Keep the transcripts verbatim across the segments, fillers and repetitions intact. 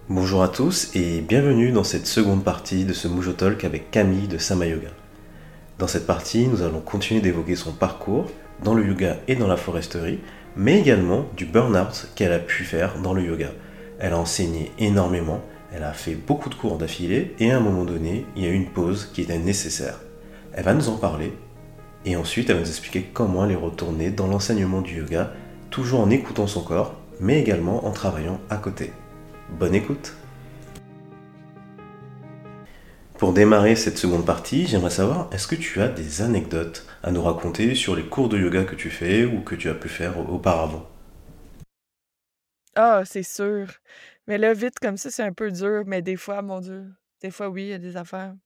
Bonjour à tous et bienvenue dans cette seconde partie de ce Mujo Talk avec Camille de Sama Yoga. Dans cette partie, nous allons continuer d'évoquer son parcours dans le yoga et dans la foresterie, mais également du burn-out qu'elle a pu faire dans le yoga. Elle a enseigné énormément, elle a fait beaucoup de cours d'affilée et à un moment donné, il y a eu une pause qui était nécessaire. Elle va nous en parler et ensuite elle va nous expliquer comment elle est retournée dans l'enseignement du yoga, toujours en écoutant son corps, mais également en travaillant à côté. Bonne écoute! Pour démarrer cette seconde partie, j'aimerais savoir, est-ce que tu as des anecdotes à nous raconter sur les cours de yoga que tu fais ou que tu as pu faire auparavant? Ah, c'est sûr. Mais là, vite comme ça, c'est un peu dur, mais des fois, mon Dieu, des fois, oui, il y a des affaires.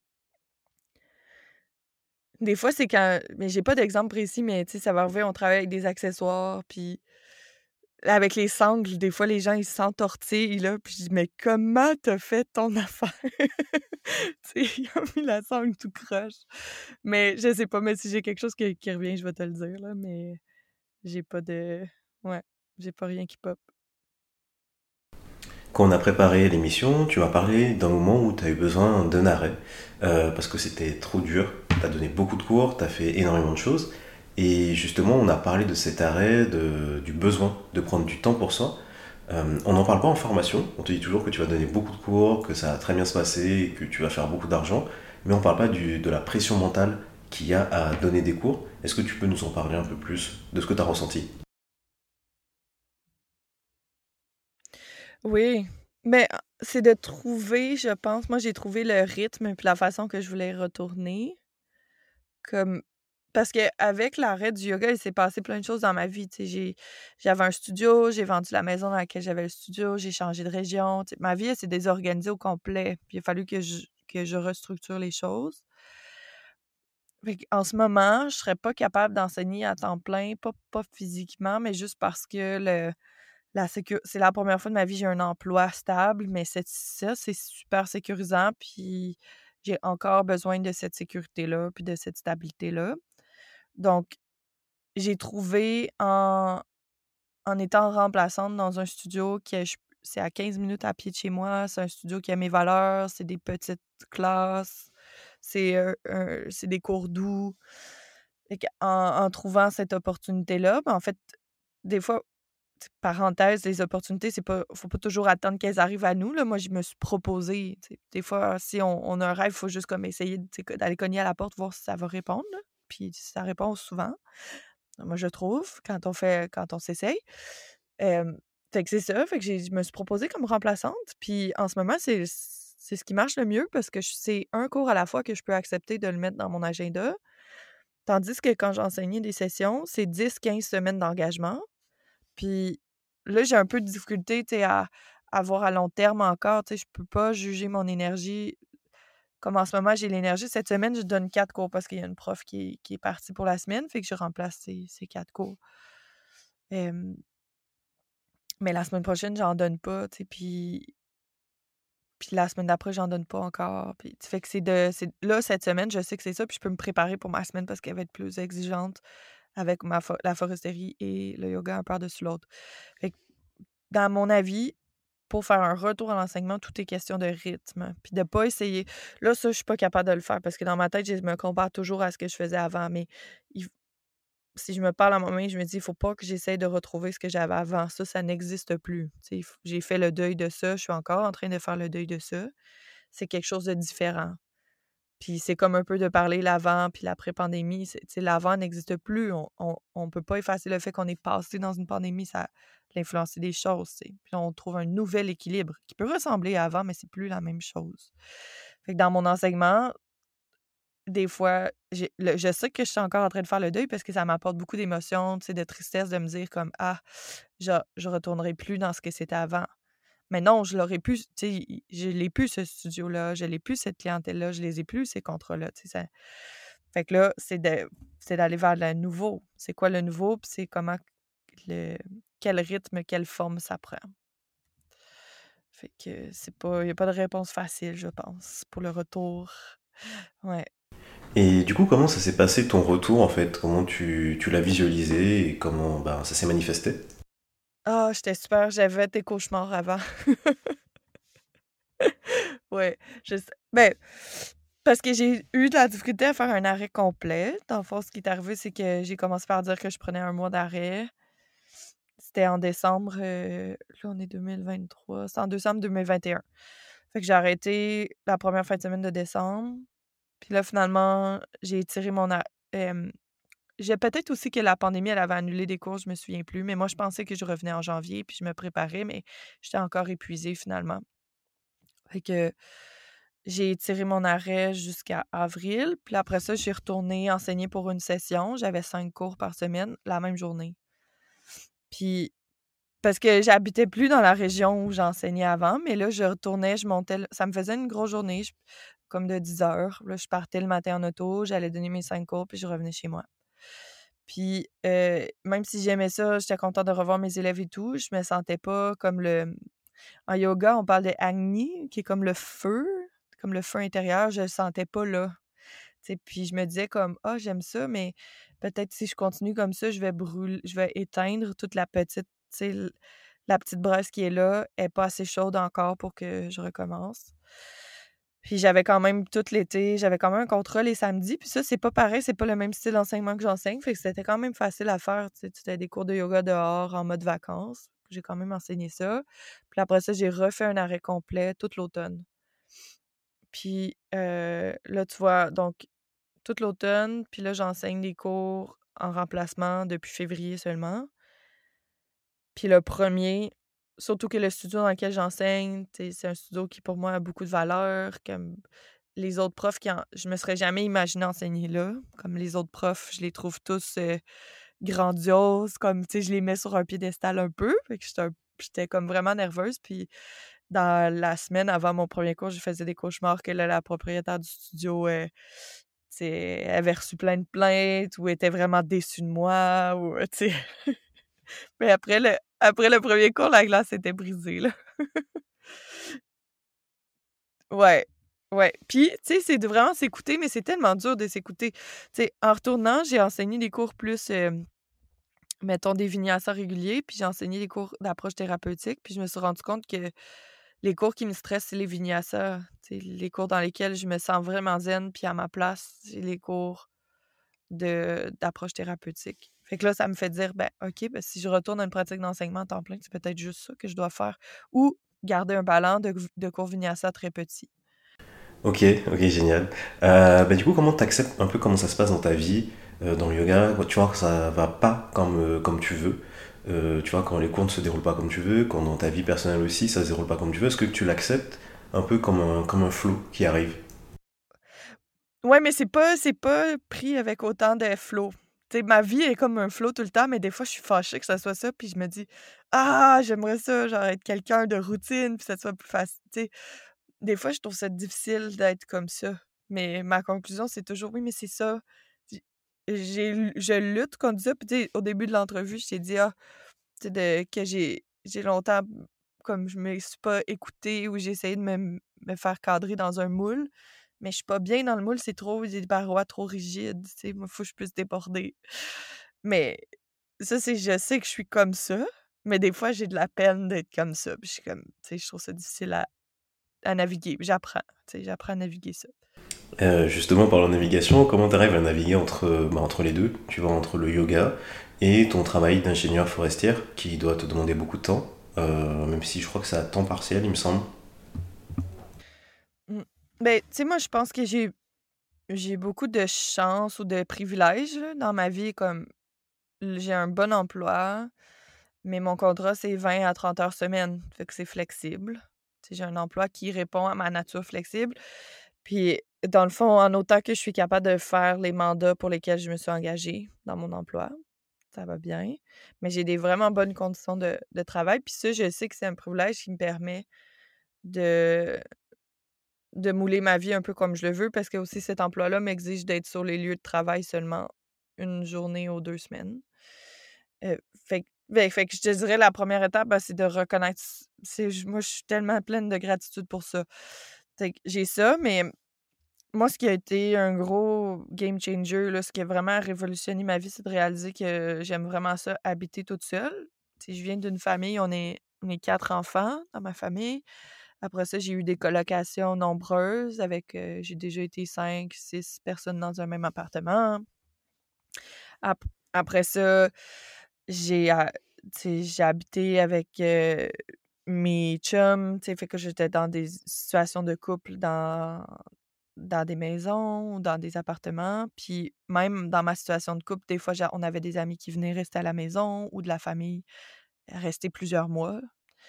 Des fois, c'est quand mais j'ai pas d'exemple précis, mais tu sais, ça va arriver, on travaille avec des accessoires, puis avec les sangles, des fois, les gens, ils s'entortillent, là, puis je dis: «Mais comment t'as fait ton affaire?» Tu sais, ils ont mis la sangle tout croche. Mais je sais pas, mais si j'ai quelque chose qui qui revient, je vais te le dire, là, mais j'ai pas de ouais, j'ai pas rien qui pop. Quand on a préparé l'émission, tu m'as parlé d'un moment où tu as eu besoin d'un arrêt euh, parce que c'était trop dur. Tu as donné beaucoup de cours, tu as fait énormément de choses. Et justement, on a parlé de cet arrêt, de- du besoin de prendre du temps pour soi. Euh, on n'en parle pas en formation. On te dit toujours que tu vas donner beaucoup de cours, que ça va très bien se passer, et que tu vas faire beaucoup d'argent. Mais on ne parle pas du- de la pression mentale qu'il y a à donner des cours. Est-ce que tu peux nous en parler un peu plus de ce que tu as ressenti? Oui, mais a c'est de trouver, je pense moi, j'ai trouvé le rythme puis la façon que je voulais retourner, comme parce qu'avec l'arrêt du yoga, il s'est passé plein de choses dans ma vie, tu sais, j'ai j'avais un studio, j'ai vendu la maison dans laquelle j'avais le studio, j'ai changé de région, tu sais, ma vie, elle s'est désorganisée au complet, puis il a fallu que je que je restructure les choses. Fait qu'en ce moment, je serais pas capable d'enseigner à temps plein, pas pas physiquement, mais juste parce que le la sécu c'est la première fois de ma vie que j'ai un emploi stable, mais c'est ça, c'est super sécurisant, puis j'ai encore besoin de cette sécurité-là, puis de cette stabilité-là. Donc, j'ai trouvé en en étant remplaçante dans un studio qui est j c'est à quinze minutes à pied de chez moi, c'est un studio qui a mes valeurs, c'est des petites classes, c'est, heu, un c'est des cours doux. Fait qu'en en trouvant cette opportunité-là, ben, en fait, des fois t parenthèse, les opportunités, c'est pas faut pas toujours attendre qu'elles arrivent à nous, là. Moi, je me suis proposée, tu sais. Des fois, si on on a un rêve, il faut juste comme essayer, tu sais, que d'aller cogner à la porte, voir si ça va répondre, là. Puis ça répond souvent, moi, je trouve, quand on fait quand on s'essaye. Hem, fait que c'est ça, fait que j'ai je me suis proposée comme remplaçante, puis en ce moment, c'est c'est ce qui marche le mieux parce que j c'est un cours à la fois que je peux accepter de le mettre dans mon agenda, tandis que quand j'enseignais des sessions, c'est dix quinze semaines d'engagement. Puis là, j'ai un peu de difficulté, tu sais, à à voir à long terme encore, tu sais, je peux pas juger mon énergie comme en ce moment, j'ai l'énergie. Cette semaine, je donne quatre cours parce qu'il y a une prof qui est qui est partie pour la semaine, fait que je remplace ses ses quatre cours. Hem, mais la semaine prochaine, j'en donne pas, tu sais, puis puis la semaine d'après, j'en donne pas encore, puis tu fait que c'est de c'est là, cette semaine, je sais que c'est ça, puis je peux me préparer pour ma semaine parce qu'elle va être plus exigeante avec ma fo la foresterie et le yoga un par-dessus l'autre. Fait que dans mon avis, pour faire un retour à l'enseignement, tout est question de rythme, puis de pas essayer là, ça, je suis pas capable de le faire parce que dans ma tête, je me compare toujours à ce que je faisais avant, mais il f si je me parle à moi-même, je me dis: «Il faut pas que j'essaye de retrouver ce que j'avais avant. Ça, ça n'existe plus». Tu sais, f j'ai fait le deuil de ça, je suis encore en train de faire le deuil de ça. C'est quelque chose de différent. Puis c'est comme un peu de parler l'avant puis l'après-pandémie, c'est tu sais, l'avant n'existe plus. On on on peut pas effacer le fait qu'on est passé dans une pandémie, ça a influencé des choses, tu sais. Puis là, on trouve un nouvel équilibre qui peut ressembler à avant, mais c'est plus la même chose. Fait que dans mon enseignement, des fois, j'ai le je sais que je suis encore en train de faire le deuil parce que ça m'apporte beaucoup d'émotions, tu sais, de tristesse de me dire comme: «Ah, je je retournerai plus dans ce que c'était avant». Mais non, je l'aurais plus, tu sais, i je l'ai plus ce studio-là, je l'ai plus cette clientèle-là, je les ai plus ces contrats-là, tu sais, ça fait que là, c'est de c'est d'aller vers le nouveau. C'est quoi le nouveau? Puis c'est comment le quel rythme, quelle forme ça prend. Fait que c'est pas il y a pas de réponse facile, je pense, pour le retour. Ouais. Et du coup, comment ça s'est passé ton retour en fait? Comment tu, tu l'as visualisé et comment ben, ça s'est manifesté? Ah, j'étais super, j'avais des cauchemars avant. Ouais, je sais. Ben, parce que j'ai eu de la difficulté à faire un arrêt complet. Dans le fond, ce qui est arrivé, c'est que j'ai commencé par dire que je prenais un mois d'arrêt. C'était en décembre, euh, là on est deux mille vingt-trois, c'est en décembre deux mille vingt et un. Fait que j'ai arrêté la première fin de semaine de décembre. Puis là, finalement, j'ai étiré mon arrêt. J'ai peut-être aussi que la pandémie, elle avait annulé des cours, je me souviens plus, mais moi, je pensais que je revenais en janvier, puis je me préparais, mais j'étais encore épuisée finalement. Fait que j'ai étiré mon arrêt jusqu'à avril, puis après ça, je suis retournée enseigner pour une session. J'avais cinq cours par semaine, la même journée. Puis parce que j'habitais plus dans la région où j'enseignais avant, mais là, je retournais, je montais, le- ça me faisait une grosse journée, je- comme de dix heures. Là, je partais le matin en auto, j'allais donner mes cinq cours, puis je revenais chez moi. Puis, heu, même si j'aimais ça, j'étais contente de revoir mes élèves et tout, je me sentais pas comme le en yoga, on parle de Agni, qui est comme le feu, comme le feu intérieur, je le sentais pas là. Tu sais, puis je me disais comme: «Ah, j'aime ça, mais peut-être si je continue comme ça, je vais brûler, je vais éteindre toute la petite, tu sais, l la petite braise qui est là, elle est pas assez chaude encore pour que je recommence». Puis j'avais quand même tout l'été, j'avais quand même un contrat les samedis, puis ça, c'est pas pareil, c'est pas le même style d'enseignement que j'enseigne, fait que c'était quand même facile à faire, tu sais, tu des cours de yoga dehors en mode vacances. J'ai quand même enseigné ça. Puis après ça, j'ai refait un arrêt complet tout l'automne. Puis euh, là, tu vois, donc tout l'automne, puis là, j'enseigne des cours en remplacement depuis février seulement. Puis le premier, surtout que le studio dans lequel j'enseigne, tu sais, c'est un studio qui, pour moi, a beaucoup de valeur, comme les autres profs qui en je me serais jamais imaginée enseigner là. Comme les autres profs, je les trouve tous, heu, grandioses, comme, tu sais, je les mets sur un piédestal un peu, fait que j'étais un j'étais comme vraiment nerveuse, puis dans la semaine avant mon premier cours, je faisais des cauchemars que là, la propriétaire du studio, heu, tu sais, elle avait reçu plein de plaintes ou était vraiment déçue de moi ou, heu, tu sais. Mais après le après le premier cours, la glace était brisée, là. Ouais, ouais. Puis, tu sais, c'est de vraiment s'écouter, mais c'est tellement dur de s'écouter. Tu sais, en retournant, j'ai enseigné des cours plus, hem, mettons des vinyasa réguliers, puis j'ai enseigné des cours d'approche thérapeutique, puis je me suis rendu compte que les cours qui me stressent, c'est les vinyasa. Tu sais, les cours dans lesquels je me sens vraiment zen puis à ma place, c'est les cours de d'approche thérapeutique. Fait que là, ça me fait dire: «Ben, OK, ben, si je retourne à une pratique d'enseignement à temps plein, c'est peut-être juste ça que je dois faire ou garder un ballon de de cours vinyasa très petits». Ok, ok, génial. Euh, bah, du coup, comment t'acceptes un peu comment ça se passe dans ta vie, euh, dans le yoga, quand tu vois que ça va pas comme, euh, comme tu veux, euh, tu vois, quand les cours ne se déroulent pas comme tu veux, quand dans ta vie personnelle aussi ça se déroule pas comme tu veux, est-ce que tu l'acceptes un peu comme un, comme un flow qui arrive? Ouais, mais c'est pas c'est pas pris avec autant de flow. Tu sais, ma vie est comme un flow tout le temps, mais des fois, je suis fâchée que ça soit ça, puis je me dis: «Ah, j'aimerais ça, genre être quelqu'un de routine, puis que ça soit plus facile», tu sais? Des fois, je trouve ça difficile d'être comme ça, mais ma conclusion, c'est toujours: «Oui, mais c'est ça». J j'ai lu je lutte contre ça, puis tu sais, au début de l'entrevue, je t'ai dit: «Ah, tu sais, de que j'ai j'ai longtemps, comme je me suis pas écoutée ou j'ai essayé de me me faire cadrer dans un moule, mais je suis pas bien dans le moule, c'est trop il y a des parois trop rigides, tu sais, moi, faut que je puisse déborder». Mais ça, c'est je sais que je suis comme ça, mais des fois, j'ai de la peine d'être comme ça, puis je suis comme, tu sais, je trouve ça difficile à à naviguer. J'apprends, tu sais, j'apprends à naviguer ça. Euh, justement, parlant de navigation, comment tu arrives à naviguer entre, bah, entre les deux, tu vois, entre le yoga et ton travail d'ingénieur forestière qui doit te demander beaucoup de temps, euh, même si je crois que c'est à temps partiel, il me semble. Mmh. Beh, tu sais, moi, je pense que j'ai j'ai beaucoup de chance ou de privilèges, là, dans ma vie, comme l j'ai un bon emploi, mais mon contrat, c'est vingt à trente heures semaine, fait que c'est flexible. Tu sais, j'ai un emploi qui répond à ma nature flexible. Puis, dans le fond, en autant que je suis capable de faire les mandats pour lesquels je me suis engagée dans mon emploi, ça va bien. Mais j'ai des vraiment bonnes conditions de de travail. Puis ça, je sais que c'est un privilège qui me permet de de mouler ma vie un peu comme je le veux parce que aussi cet emploi-là m'exige d'être sur les lieux de travail seulement une journée ou deux semaines. Heu, fait que beh, fait que je te dirais la première étape, bah, c'est de reconnaître c c'est j moi, je suis tellement pleine de gratitude pour ça. Fait que j'ai ça, mais moi, ce qui a été un gros game changer, là, ce qui a vraiment révolutionné ma vie, c'est de réaliser que j'aime vraiment ça, habiter toute seule. Tu sais, je viens d'une famille, on est on est quatre enfants dans ma famille. Après ça, j'ai eu des colocations nombreuses avec, heu, j'ai déjà été cinq six personnes dans un même appartement. Ap après ça, j'ai a tu sais, j'ai habité avec, heu, mes chums, tu sais, fait que j'étais dans des situations de couple dans dans des maisons ou dans des appartements. Puis même dans ma situation de couple, des fois, j'a on avait des amis qui venaient rester à la maison ou de la famille rester plusieurs mois.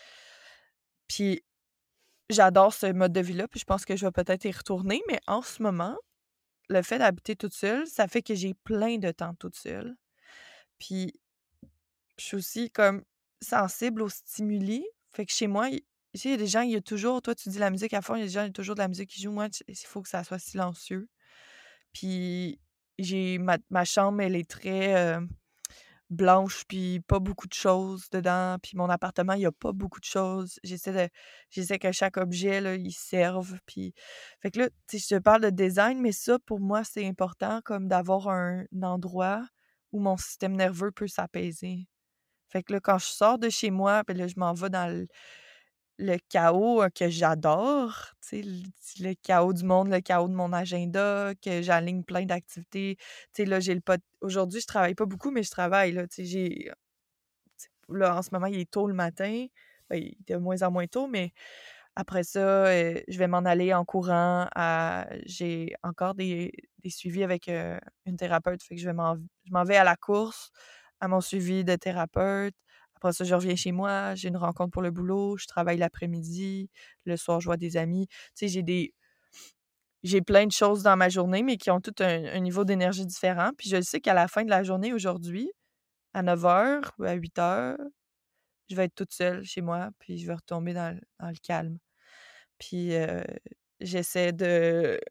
Puis j'adore ce mode de vie-là, puis je pense que je vais peut-être y retourner, mais en ce moment, le fait d'habiter toute seule, ça fait que j'ai plein de temps toute seule. Puis je suis aussi comme sensible aux stimuli. Fait que chez moi, il tu sais, il y a des gens, il y a toujours toi, tu dis la musique à fond, il y a des gens, il y a toujours de la musique qui joue. Moi, tu il faut que ça soit silencieux. Puis j'ai ma ma chambre, elle est très, heu, blanche, puis pas beaucoup de choses dedans. Puis mon appartement, il y a pas beaucoup de choses. J'essaie de j'essaie que chaque objet, là, il serve. Puis fait que là, tu sais, je te parle de design, mais ça, pour moi, c'est important comme d'avoir un endroit où mon système nerveux peut s'apaiser. Fait que là, quand je sors de chez moi, puis là, je m'en vais dans le le chaos, heu, que j'adore, tu sais, l le chaos du monde, le chaos de mon agenda, que j'aligne plein d'activités. Tu sais, là, j'ai le pod aujourd'hui, je travaille pas beaucoup, mais je travaille, là, tu sais, j'ai tu sais, là, en ce moment, il est tôt le matin, ben, il est de moins en moins tôt, mais après ça, heu, je vais m'en aller en courant à j'ai encore des des suivis avec, heu, une thérapeute, fait que je vais m'en je m'en vais à la course, à mon suivi de thérapeute. Après ça, je reviens chez moi, j'ai une rencontre pour le boulot, je travaille l'après-midi, le soir, je vois des amis. Tu sais, j'ai des j'ai plein de choses dans ma journée, mais qui ont tout un un niveau d'énergie différent. Puis je sais qu'à la fin de la journée aujourd'hui, à neuf heures ou à huit heures, je vais être toute seule chez moi, puis je vais retomber dans le dans le calme. Puis, heu, j'essaie de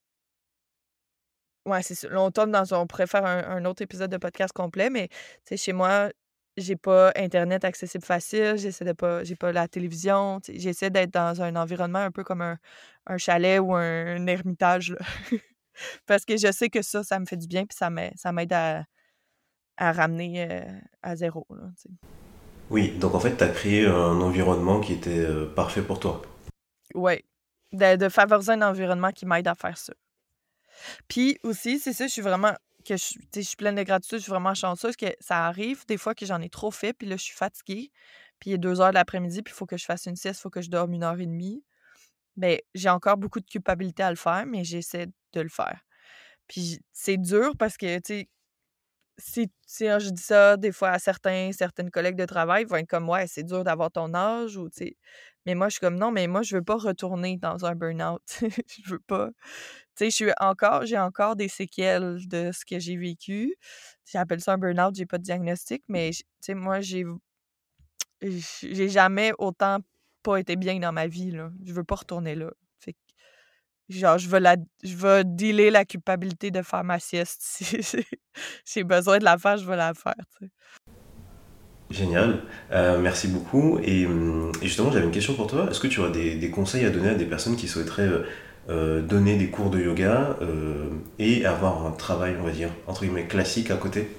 ouais, c'est ça. Là, on tombe dans un on pourrait faire un un autre épisode de podcast complet, mais tu sais, chez moi, j'ai pas internet accessible facile, j'essaie de pas j'ai pas la télévision, tu sais, j'essaie d'être dans un environnement un peu comme un un chalet ou un ermitage, là. Parce que je sais que ça, ça me fait du bien puis ça m'ai ça m'aide à à ramener, heu, à zéro là, tu sais. Oui, donc en fait, tu as créé un environnement qui était euh, parfait pour toi. Ouais, de de favoriser un environnement qui m'aide à faire ça. Puis aussi, c'est ça, je suis vraiment que je suis tu sais, je suis pleine de gratitude, je suis vraiment chanceuse que ça arrive des fois que j'en ai trop fait, puis là, je suis fatiguée, puis il est deux heures de l'après-midi, puis il faut que je fasse une sieste, il faut que je dorme une heure et demie. Beh, j'ai encore beaucoup de culpabilité à le faire, mais j'essaie de le faire. Puis c'est dur parce que, tu sais, si si, heu, je dis ça des fois à certains certaines collègues de travail, ils vont être comme: «Ouais, c'est dur d'avoir ton âge» ou tu sais. Mais moi, je suis comme: «Non, mais moi, je veux pas retourner dans un burn-out». Je veux pas. Tu sais, je suis encore j'ai encore des séquelles de ce que j'ai vécu. J'appelle ça un burn-out, j'ai pas de diagnostic, mais j tu sais, moi, j'ai j j'ai jamais autant pas été bien dans ma vie, là. Je veux pas retourner là. Fait que, genre, je veux la je vais dealer la culpabilité de faire ma sieste. Si j'ai j'ai besoin de la faire, je vais la faire, tu sais. Génial, Euh, merci beaucoup. Et, hum, et justement, j'avais une question pour toi. Est-ce que tu aurais des, des conseils à donner à des personnes qui souhaiteraient euh, euh, donner des cours de yoga euh, et avoir un travail, on va dire, entre guillemets, classique à côté?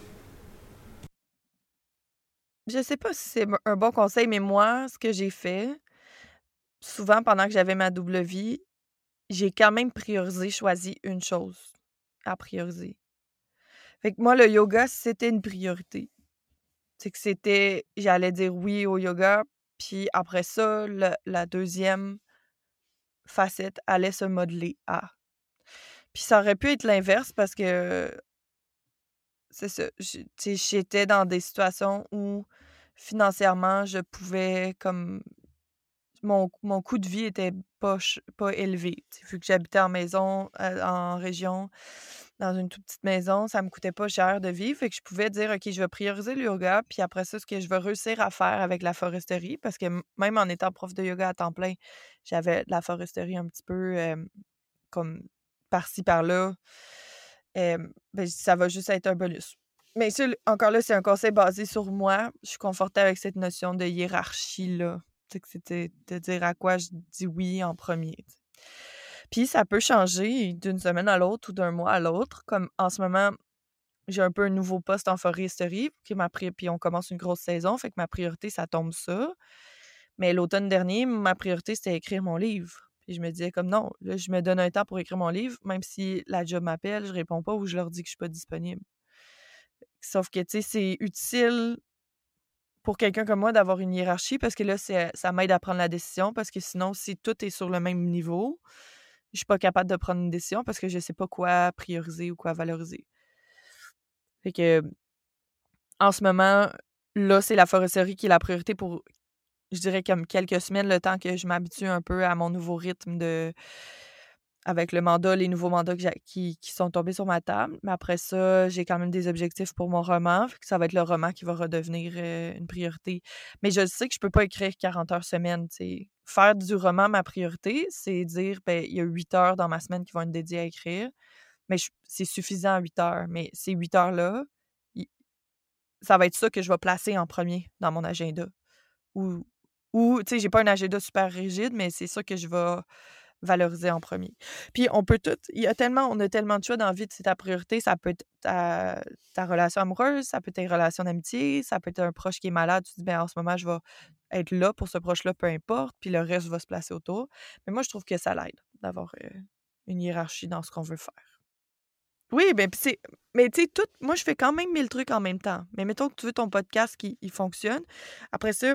Je sais pas si c'est m un bon conseil, mais moi, ce que j'ai fait, souvent pendant que j'avais ma double vie, j'ai quand même priorisé, choisi une chose à prioriser. Fait que moi, le yoga, c'était une priorité. C'est que c'était j'allais dire oui au yoga, puis après ça, le la deuxième facette allait se modeler à. Puis ça aurait pu être l'inverse parce que c'est ça, j'ai tu sais, j'étais dans des situations où financièrement, je pouvais comme mon mon coût de vie était pas ch pas élevé. Tu sais, vu que j'habitais en maison, heu, en région, dans une toute petite maison, ça me coûtait pas cher de vivre. Fait que je pouvais dire: «OK, je vais prioriser le yoga, puis après ça, ce que je vais réussir à faire avec la foresterie», parce que m même en étant prof de yoga à temps plein, j'avais de la foresterie un petit peu, hem, comme par-ci par-là. Hem, beh, ça va juste être un bonus. Mais ça, l encore là, c'est un conseil basé sur moi. Je suis confortable avec cette notion de hiérarchie-là. Tu sais, que c'était de dire à quoi je dis oui en premier, tu sais. Puis ça peut changer d'une semaine à l'autre ou d'un mois à l'autre. Comme en ce moment, j'ai un peu un nouveau poste en foresterie qui est ma pri puis on commence une grosse saison, fait que ma priorité, ça tombe ça. Mais l'automne dernier, ma priorité, c'était écrire mon livre. Puis je me disais comme non, là, je me donne un temps pour écrire mon livre, même si la job m'appelle, je réponds pas ou je leur dis que je suis pas disponible. Sauf que, tu sais, c'est utile pour quelqu'un comme moi d'avoir une hiérarchie parce que là, c'est, ça m'aide à prendre la décision parce que sinon, si tout est sur le même niveau, je suis pas capable de prendre une décision parce que je sais pas quoi prioriser ou quoi valoriser. Fait que, en ce moment, là, c'est la foresterie qui est la priorité pour, je dirais, comme quelques semaines, le temps que je m'habitue un peu à mon nouveau rythme de avec le mandat, les nouveaux mandats que j'ai qui qui sont tombés sur ma table. Mais après ça, j'ai quand même des objectifs pour mon roman, fait que ça va être le roman qui va redevenir, heu, une priorité. Mais je sais que je peux pas écrire quarante heures semaine, tu sais. Faire du roman ma priorité, c'est dire, ben, il y a huit heures dans ma semaine qui vont être dédiées à écrire, mais je c'est suffisant à huit heures. Mais ces huit heures-là, i ça va être ça que je vais placer en premier dans mon agenda. Ou ou tu sais, j'ai pas un agenda super rigide, mais c'est ça que je vais valoriser en premier. Puis on peut tout il y a tellement on a tellement de choix dans la vie, c'est ta priorité, ça peut être ta ta relation amoureuse, ça peut être tes relations d'amitié, ça peut être un proche qui est malade, tu te dis: «Ben, en ce moment, je vais être là pour ce proche-là, peu importe», puis le reste va se placer autour. Mais moi, je trouve que ça l'aide d'avoir, heu, une hiérarchie dans ce qu'on veut faire. Oui, ben, puis c'est mais tu sais, tout moi, je fais quand même mille trucs en même temps. Mais mettons que tu veux ton podcast qui il fonctionne, après ça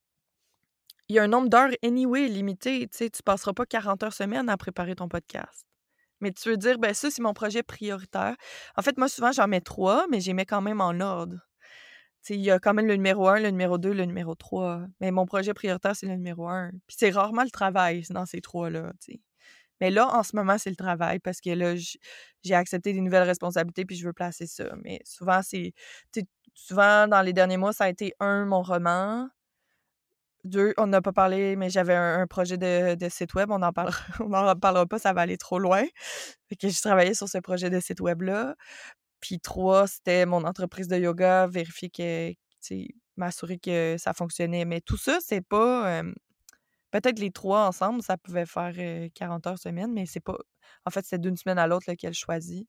il y a un nombre d'heures anyway limité, tu sais, tu passeras pas quarante heures semaine à préparer ton podcast. Mais tu veux dire, ben ça, c'est mon projet prioritaire. En fait, moi, souvent, j'en mets trois, mais je les mets quand même en ordre. Tu sais, il y a quand même le numéro un, le numéro deux, le numéro trois. Mais mon projet prioritaire, c'est le numéro un. Puis c'est rarement le travail dans ces trois-là, tu sais. Mais là, en ce moment, c'est le travail parce que là, j- j'ai accepté des nouvelles responsabilités puis je veux placer ça. Mais souvent, c'est, tu sais, souvent, dans les derniers mois, ça a été un, mon roman. Deux, on n'a pas parlé, mais j'avais un un projet de de site web, on en parlera on en parlera pas, ça va aller trop loin. Fait que je travaillais sur ce projet de site web-là. Puis trois, c'était mon entreprise de yoga, vérifier que, tu sais, m'assurer que ça fonctionnait. Mais tout ça, c'est pas, hem peut-être les trois ensemble, ça pouvait faire, heu, quarante heures semaine, mais c'est pas en fait, c'est d'une semaine à l'autre lequel je choisis.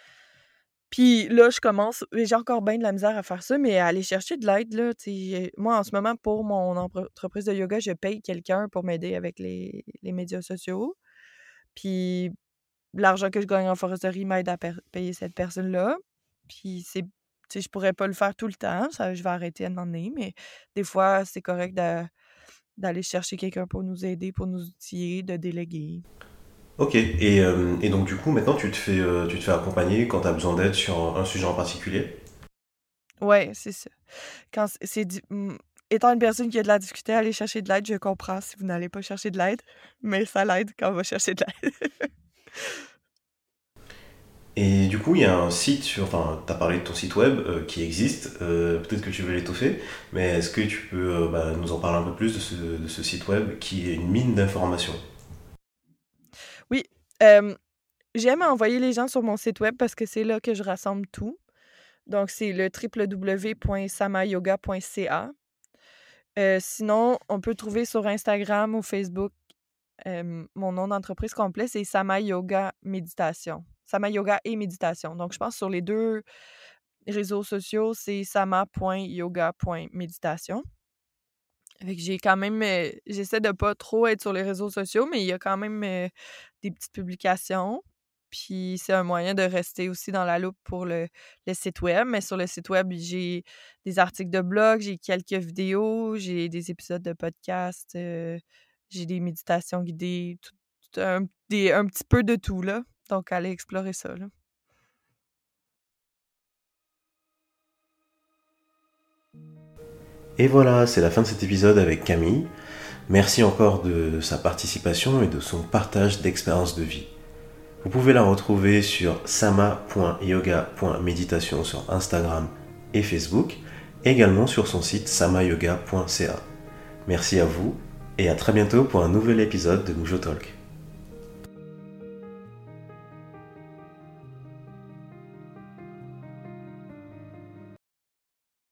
Puis là, je commence j'ai encore bien de la misère à faire ça, mais à aller chercher de l'aide, là, tu sais, moi, en ce moment, pour mon empre entreprise de yoga, je paye quelqu'un pour m'aider avec les les médias sociaux. Puis l'argent que je gagne en foresterie m'aide à per payer cette personne-là. Puis c'est tu sais, je pourrais pas le faire tout le temps, ça je vais arrêter à un moment donné, mais des fois, c'est correct de d'aller chercher quelqu'un pour nous aider, pour nous outiller, de déléguer. Ok, et, euh, et donc du coup, maintenant, tu te fais, euh, tu te fais accompagner quand tu as besoin d'aide sur un, un sujet en particulier? Ouais, c'est ça. Quand c c'est du mmh, étant une personne qui a de la difficulté à aller chercher de l'aide, je comprends si vous n'allez pas chercher de l'aide, mais ça l'aide quand on va chercher de l'aide. Et du coup, il y a un site, sur, enfin, tu as parlé de ton site web euh, qui existe, euh, peut-être que tu veux l'étoffer, mais est-ce que tu peux euh, bah, nous en parler un peu plus de ce, de ce site web qui est une mine d'informations? Oui, hem, j'aime envoyer les gens sur mon site web parce que c'est là que je rassemble tout. Donc c'est le w w w point samayoga point c a. Heu, sinon, on peut trouver sur Instagram ou Facebook, hem, mon nom d'entreprise complet, c'est Sama Yoga Méditation. Sama Yoga et Méditation. Donc je pense sur les deux réseaux sociaux, c'est sama point yoga point méditation. Fait que j'ai quand même, heu, j'essaie de pas trop être sur les réseaux sociaux, mais il y a quand même, heu, des petites publications. Puis c'est un moyen de rester aussi dans la loupe pour le le site web. Mais sur le site web, j'ai des articles de blog, j'ai quelques vidéos, j'ai des épisodes de podcast, heu, j'ai des méditations guidées, tout tout un des un petit peu de tout, là. Donc allez explorer ça, là. Et voilà, c'est la fin de cet épisode avec Camille. Merci encore de sa participation et de son partage d'expériences de vie. Vous pouvez la retrouver sur sama point yoga point méditation sur Instagram et Facebook, également sur son site samayoga point c a. Merci à vous et à très bientôt pour un nouvel épisode de Mujo Talk.